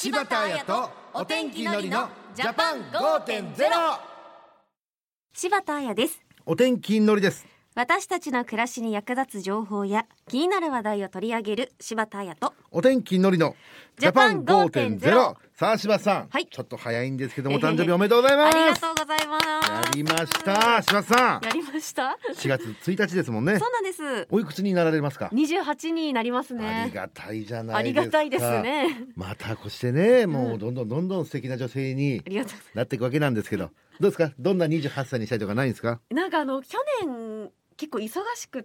柴田彩とお天気のりのジャパン 5.0。 柴田彩です。 お天気のりです。 私たちの暮らしに役立つ情報や気になる話題を取り上げる柴田彩とお天気のりのジャパン 5.0。 さあ柴田さん、 はい、 ちょっと早いんですけども、お誕生日おめでとうございます。 ありがとうございます。 やりました柴田さん。 やりました。 4月1日ですもんね。 そうなんです。 おいくつになられますか ？28になりますね。 ありがたいじゃないですか。 ありがたいですね。 またこしてね、もうどんどん素敵な女性になっていくわけなんですけど、どうですか？どんな28歳にしたいとかないんですか？ なんか去年結構忙しくって、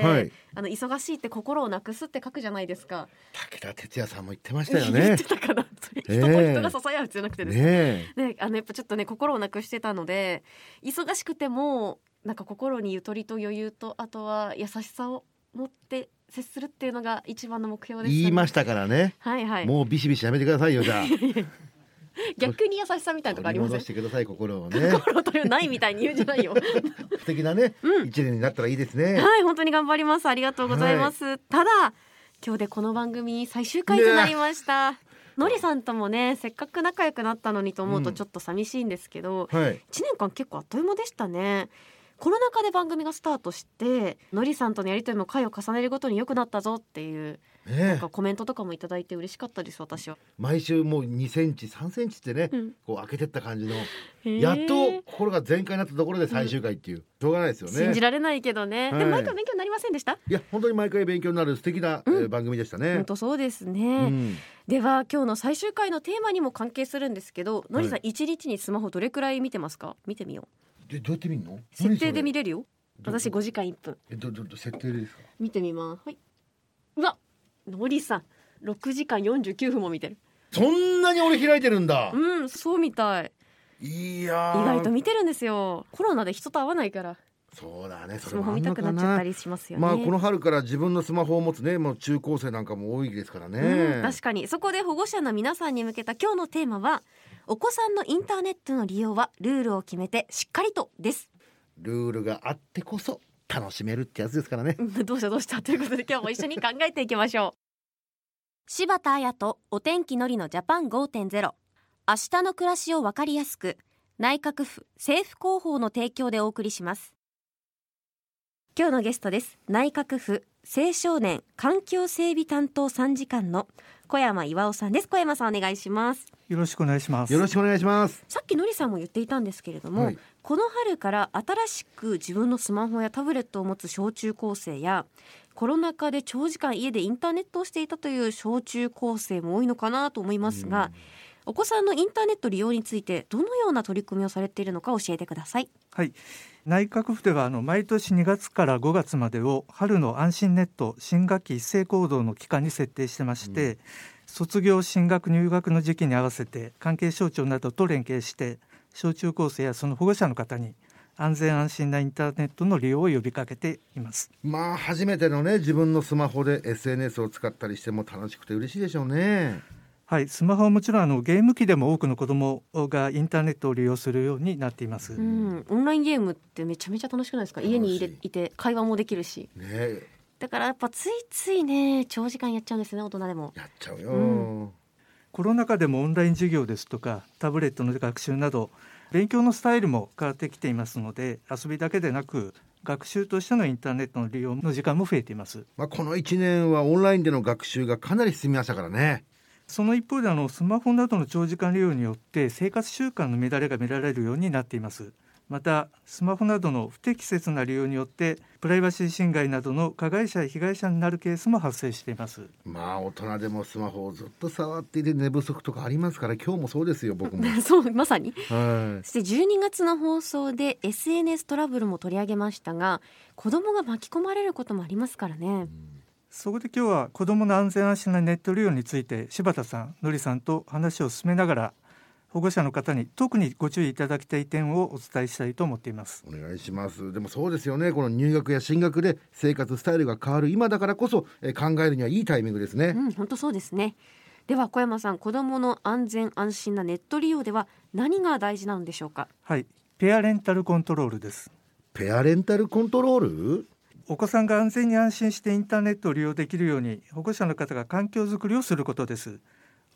はい、 忙しいって心をなくすって書くじゃないですか。 武田鉄矢さんも言ってましたよね。 言ってたかな。人と人が支え合うじゃなくてですね、やっぱちょっとね心をなくしてたので、忙しくてもなんか心にゆとりと余裕と、あとは優しさを持って接するっていうのが一番の目標です、ね。 言いましたからね。 はいはい。 もうビシビシやめてくださいよじゃあ。 逆に優しさみたいなとこありません？ 戻してください心をね。 心というないみたいに言うんじゃないよ。 素敵なね、一年になったらいいですね。 はい、本当に頑張ります。ありがとうございます。はい、ただ今日でこの番組最終回となりました。のりさんともね、せっかく仲良くなったのにと思うとちょっと寂しいんですけど、 はい、 1年間結構あっという間でしたね。コロナ禍で番組がスタートして、のりさんとのやりとりも回を重ねるごとに良くなったぞっていう、なんかコメントとかもいただいて嬉しかったです。私は毎週もう2センチ3センチってね、こう開けてった感じの、やっと心が全開になったところで最終回っていう、しょうがないですよね。 信じられないけどね、でも毎回勉強になりませんでした？ いや本当に毎回勉強になる素敵な、番組でしたね。 本当そうですね、では今日の最終回のテーマにも関係するんですけど、のりさん1日にスマホどれくらい見てますか？見てみよう。 どうやって見るの？ 設定で見れるよ。私5時間1分。 設定ですか？ 見てみます。はい。うわ、のりさん6時間49分も見てる。 そんなに俺開いてるんだ。 そうみたい。 いや意外と見てるんですよ。コロナで人と会わないから。 そうだね。 スマホ見たくなっちゃったりしますよね。 この春から自分のスマホを持つね、もう中高生なんかも多いですからね。 確かに。そこで保護者の皆さんに向けた今日のテーマは、お子さんのインターネットの利用はルールを決めてしっかりとです。 ルールがあってこそ楽しめるってやつですからね。 どうしたということで今日も一緒に考えていきましょう。柴田彩とお天気のりのジャパン 5.0。 明日の暮らしをわかりやすく、内閣府政府広報の提供でお送りします。今日のゲストです。内閣府青少年環境整備担当参事官の小山巌さんです。小山さんお願いします。 よろしくお願いします。 よろしくお願いします。 さっきのりさんも言っていたんですけれども、この春から新しく自分のスマホやタブレットを持つ小中高生や、コロナ禍で長時間家でインターネットをしていたという小中高生も多いのかなと思いますが、お子さんのインターネット利用についてどのような取り組みをされているのか教えてください。 はい、内閣府では毎年2月から5月までを春の安心ネット新学期一斉行動の期間に設定してまして、卒業進学入学の時期に合わせて関係省庁などと連携して小中高生やその保護者の方に安全安心なインターネットの利用を呼びかけています。 初めてのね、自分のスマホで SNS を使ったりしても楽しくて嬉しいでしょうね。 はい、スマホはもちろんゲーム機でも多くの子どもがインターネットを利用するようになっています。 オンラインゲームってめちゃめちゃ楽しくないですか？家にいて会話もできるし、だからやっぱついついね、長時間やっちゃうんですね。大人でもやっちゃうよ、 コロナ禍でもオンライン授業ですとかタブレットの学習など勉強のスタイルも変わってきていますので、遊びだけでなく学習としてのインターネットの利用の時間も増えています。 この1年はオンラインでの学習がかなり進みましたからね。 その一方でスマホなどの長時間利用によって生活習慣の乱れが見られるようになっています。またスマホなどの不適切な利用によってプライバシー侵害などの加害者や被害者になるケースも発生しています。 大人でもスマホをずっと触っていて寝不足とかありますから、今日もそうですよ、僕もそうまさに、 そして12月の放送で SNS トラブルも取り上げましたが、子どもが巻き込まれることもありますからね。 そこで今日は子どもの安全安心なネット利用について柴田さん、のりさんと話を進めながら、保護者の方に特にご注意いただきたい点をお伝えしたいと思っています。 お願いします。でもそうですよね、この入学や進学で生活スタイルが変わる今だからこそ考えるにはいいタイミングですね。 本当そうですね。では小山さん、子どもの安全安心なネット利用では何が大事なのでしょうか？ はい、ペアレンタルコントロールです。 ペアレンタルコントロール？ お子さんが安全に安心してインターネットを利用できるように保護者の方が環境づくりをすることです。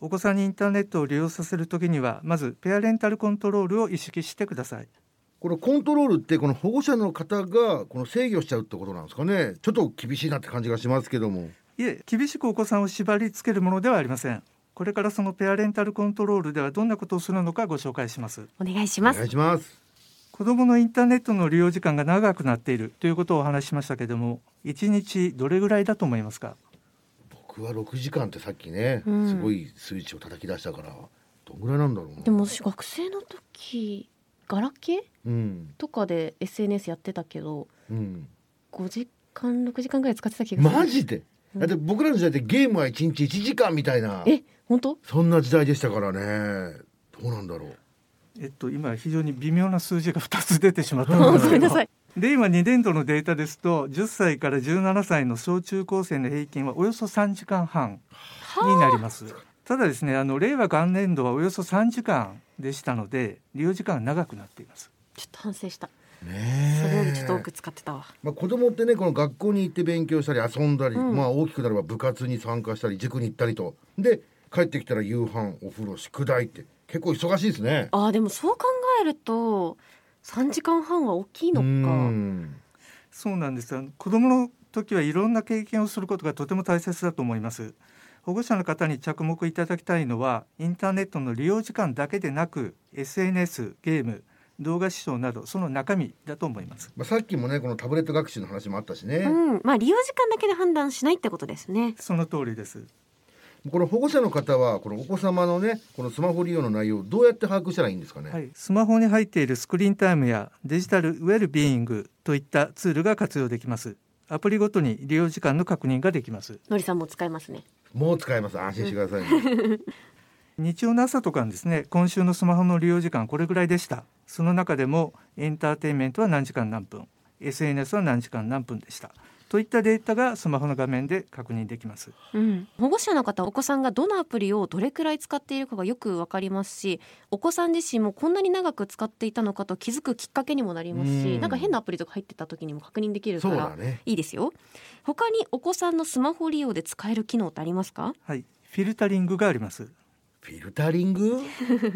お子さんにインターネットを利用させるときにはまずペアレンタルコントロールを意識してください。 このコントロールってこの保護者の方がこの制御しちゃうってことなんですかね。ちょっと厳しいなって感じがしますけども。 いえ、厳しくお子さんを縛り付けるものではありません。これからそのペアレンタルコントロールではどんなことをするのかご紹介します。 お願いします。 お願いします。 子どものインターネットの利用時間が長くなっているということをお話ししましたけれども、1日どれぐらいだと思いますか？ 僕は6時間ってさっきね、すごい数値を叩き出したからどんぐらいなんだろうな。 でも私学生の時ガラケー、とかで SNS やってたけど、5時間6時間ぐらい使ってた気がする。 マジで？だって僕らの時代ってゲームは1日1時間みたいな、 本当？ そんな時代でしたからね。どうなんだろう。 今非常に微妙な数字が2つ出てしまったんですけどで今2年度のデータですと10歳から17歳の小中高生の平均はおよそ3時間半になります。ただですね、令和元年度はおよそ3時間でしたので利用時間が長くなっています。 ちょっと反省したね。 それよりちょっと多く使ってたわ。 子供ってね、この学校に行って勉強したり遊んだり、大きくなれば部活に参加したり塾に行ったりとで帰ってきたら夕飯お風呂宿題って結構忙しいですね。 でもそう考えると3時間半は大きいのか。 そうなんです。子供の時はいろんな経験をすることがとても大切だと思います。保護者の方に着目いただきたいのはインターネットの利用時間だけでなく SNS、ゲーム、動画視聴などその中身だと思います。 さっきもねこのタブレット学習の話もあったしね、 利用時間だけで判断しないってことですね。 その通りです。 この保護者の方はこのお子様のねこのスマホ利用の内容をどうやって把握したらいいんですかね。 スマホに入っているスクリーンタイムやデジタルウェルビーイングといったツールが活用できます。アプリごとに利用時間の確認ができます。 のりさんも使えますね。 もう使えます。安心してくださいね。 日曜の朝とかですね、今週のスマホの利用時間これぐらいでした。その中でもエンターテインメントは何時間何分、 SNS は何時間何分でしたといったデータがスマホの画面で確認できます。 保護者の方、お子さんがどのアプリをどれくらい使っているかがよく分かりますし、お子さん自身もこんなに長く使っていたのかと気づくきっかけにもなりますし、なんか変なアプリとか入ってた時にも確認できるからいいですよ。他にお子さんのスマホ利用で使える機能ってありますか？ フィルタリングがあります。 フィルタリング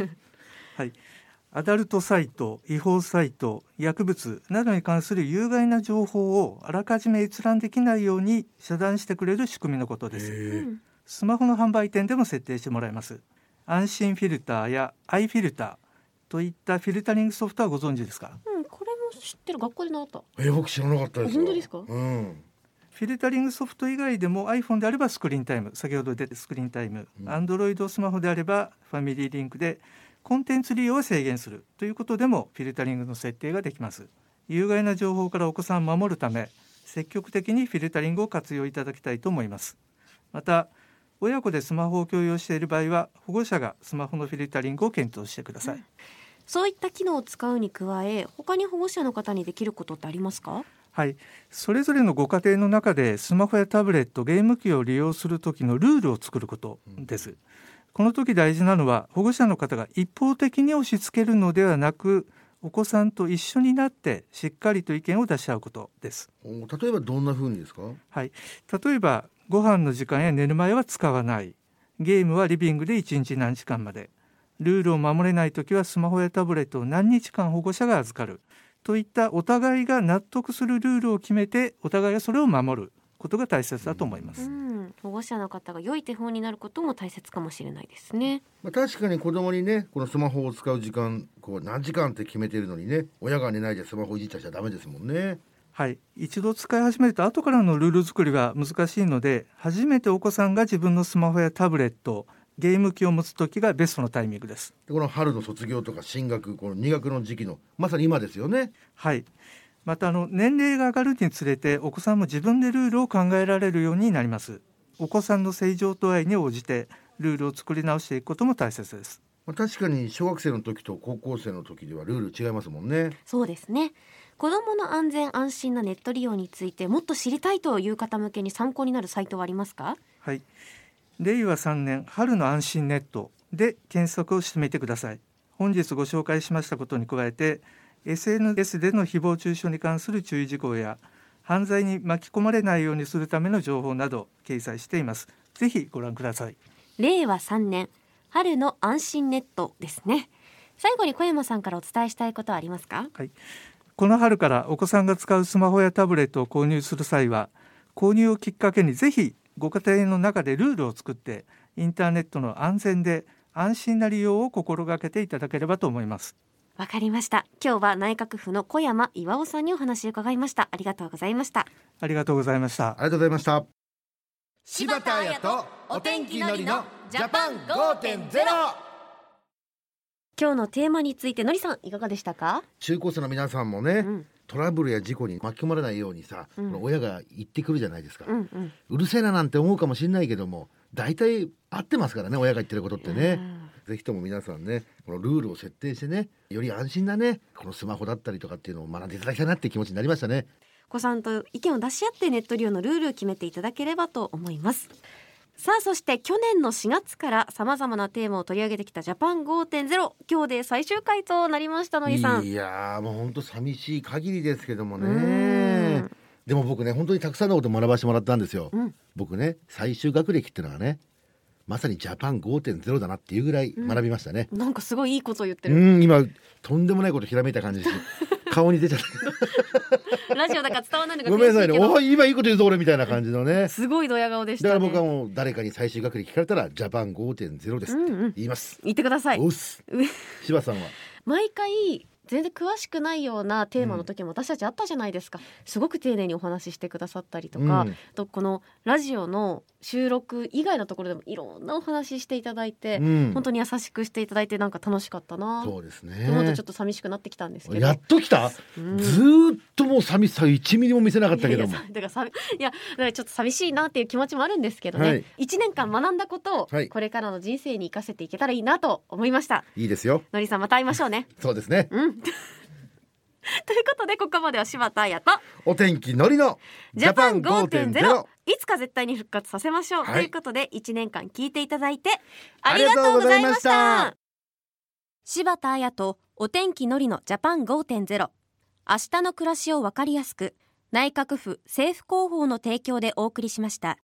アダルトサイト、違法サイト、薬物などに関する有害な情報をあらかじめ閲覧できないように遮断してくれる仕組みのことです。スマホの販売店でも設定してもらえます。安心フィルターやアイフィルターといったフィルタリングソフトはご存知ですか？ これも知ってる。学校で習った。 僕知らなかったですよ。 本当ですか？ フィルタリングソフト以外でも iPhone であればスクリーンタイム、先ほど出たスクリーンタイム、Android スマホであればファミリーリンクでコンテンツ利用を制限するということでもフィルタリングの設定ができます。有害な情報からお子さんを守るため積極的にフィルタリングを活用いただきたいと思います。また親子でスマホを共有している場合は保護者がスマホのフィルタリングを検討してください。 そういった機能を使うに加え他に保護者の方にできることってありますか？ それぞれのご家庭の中でスマホやタブレット、ゲーム機を利用する時のルールを作ることです。この時大事なのは保護者の方が一方的に押し付けるのではなくお子さんと一緒になってしっかりと意見を出し合うことです。 例えばどんな風にですか？ 例えばご飯の時間や寝る前は使わない、ゲームはリビングで1日何時間まで、ルールを守れない時はスマホやタブレットを何日間保護者が預かるといったお互いが納得するルールを決めてお互いがそれを守ることが大切だと思います。 保護者の方が良い手本になることも大切かもしれないですね。 確かに子供にねこのスマホを使う時間何時間って決めているのにね、親が寝ないでスマホいじっちゃダメですもんね。 一度使い始めると後からのルール作りは難しいので、初めてお子さんが自分のスマホやタブレット、ゲーム機を持つ時がベストのタイミングです。 この春の卒業とか進学、この入学の時期のまさに今ですよね。 また年齢が上がるにつれてお子さんも自分でルールを考えられるようになります。お子さんの成長度合いに応じてルールを作り直していくことも大切です。 確かに小学生の時と高校生の時ではルール違いますもんね。 そうですね。子どもの安全安心なネット利用についてもっと知りたいという方向けに参考になるサイトはありますか？ 令和3年春の安心ネットで検索をしてみてください。本日ご紹介しましたことに加えて SNS での誹謗中傷に関する注意事項や犯罪に巻き込まれないようにするための情報など掲載しています。ぜひご覧ください。 令和3年春の安心ネットですね。最後に小山さんからお伝えしたいことはありますか？ はい、この春からお子さんが使うスマホやタブレットを購入する際は、購入をきっかけにぜひご家庭の中でルールを作ってインターネットの安全で安心な利用を心がけていただければと思います。 わかりました。今日は内閣府の小山巌さんにお話を伺いました。ありがとうございました。 ありがとうございました。 ありがとうございました。 柴田彩とお天気のりのジャパン 5.0。 今日のテーマについてのりさんいかがでしたか？ 中高生の皆さんもね、トラブルや事故に巻き込まれないようにさ、この親が言ってくるじゃないですか、うるせえななんて思うかもしれないけども、大体合ってますからね、親が言ってることってね、ぜひとも皆さんね、このルールを設定してね、より安心なね、このスマホだったりとかっていうのを学んでいただきたいなって気持ちになりましたね。 お子さんと意見を出し合ってネット利用のルールを決めていただければと思います。さあ、そして去年の4月からさまざまなテーマを取り上げてきたジャパン 5.0、 今日で最終回となりましたのりさん。 いやーもう本当寂しい限りですけどもね。でも僕ね、本当にたくさんのことを学ばせてもらったんですよ、僕ね、最終学歴っていうのがね、まさにジャパン 5.0 だなっていうぐらい学びましたね、 なんかすごいいいことを言ってる。 今とんでもないことひらめいた感じです顔に出ちゃったラジオだから伝わらないのがごめんなさいね、 悔しいけど、 おい今いいこと言うぞ俺みたいな感じのねすごいドヤ顔でしたね。 だから僕はもう誰かに最終学歴聞かれたらジャパン 5.0 ですって言います、 言ってください。 おっす柴さんは毎回全然詳しくないようなテーマの時も私たちあったじゃないですか、すごく丁寧にお話ししてくださったりとか、とこのラジオの収録以外のところでもいろんなお話ししていただいて、本当に優しくしていただいて、なんか楽しかったな。 そうですね。 思うとちょっと寂しくなってきたんですけど。 やっと来た、ずーっともう寂しさ1ミリも見せなかったけども、 だからちょっと寂しいなっていう気持ちもあるんですけどね、1年間学んだことをこれからの人生に生かせていけたらいいなと思いました。 いいですよ。 のりさん、また会いましょうね。 そうですね、 ということで、ここまでは柴田彩とお天気のりのジャパン 5.0、 いつか絶対に復活させましょう、ということで1年間聞いていただいてありがとうございました。柴田彩とお天気のりのジャパン 5.0、 明日の暮らしをわかりやすく、内閣府政府広報の提供でお送りしました。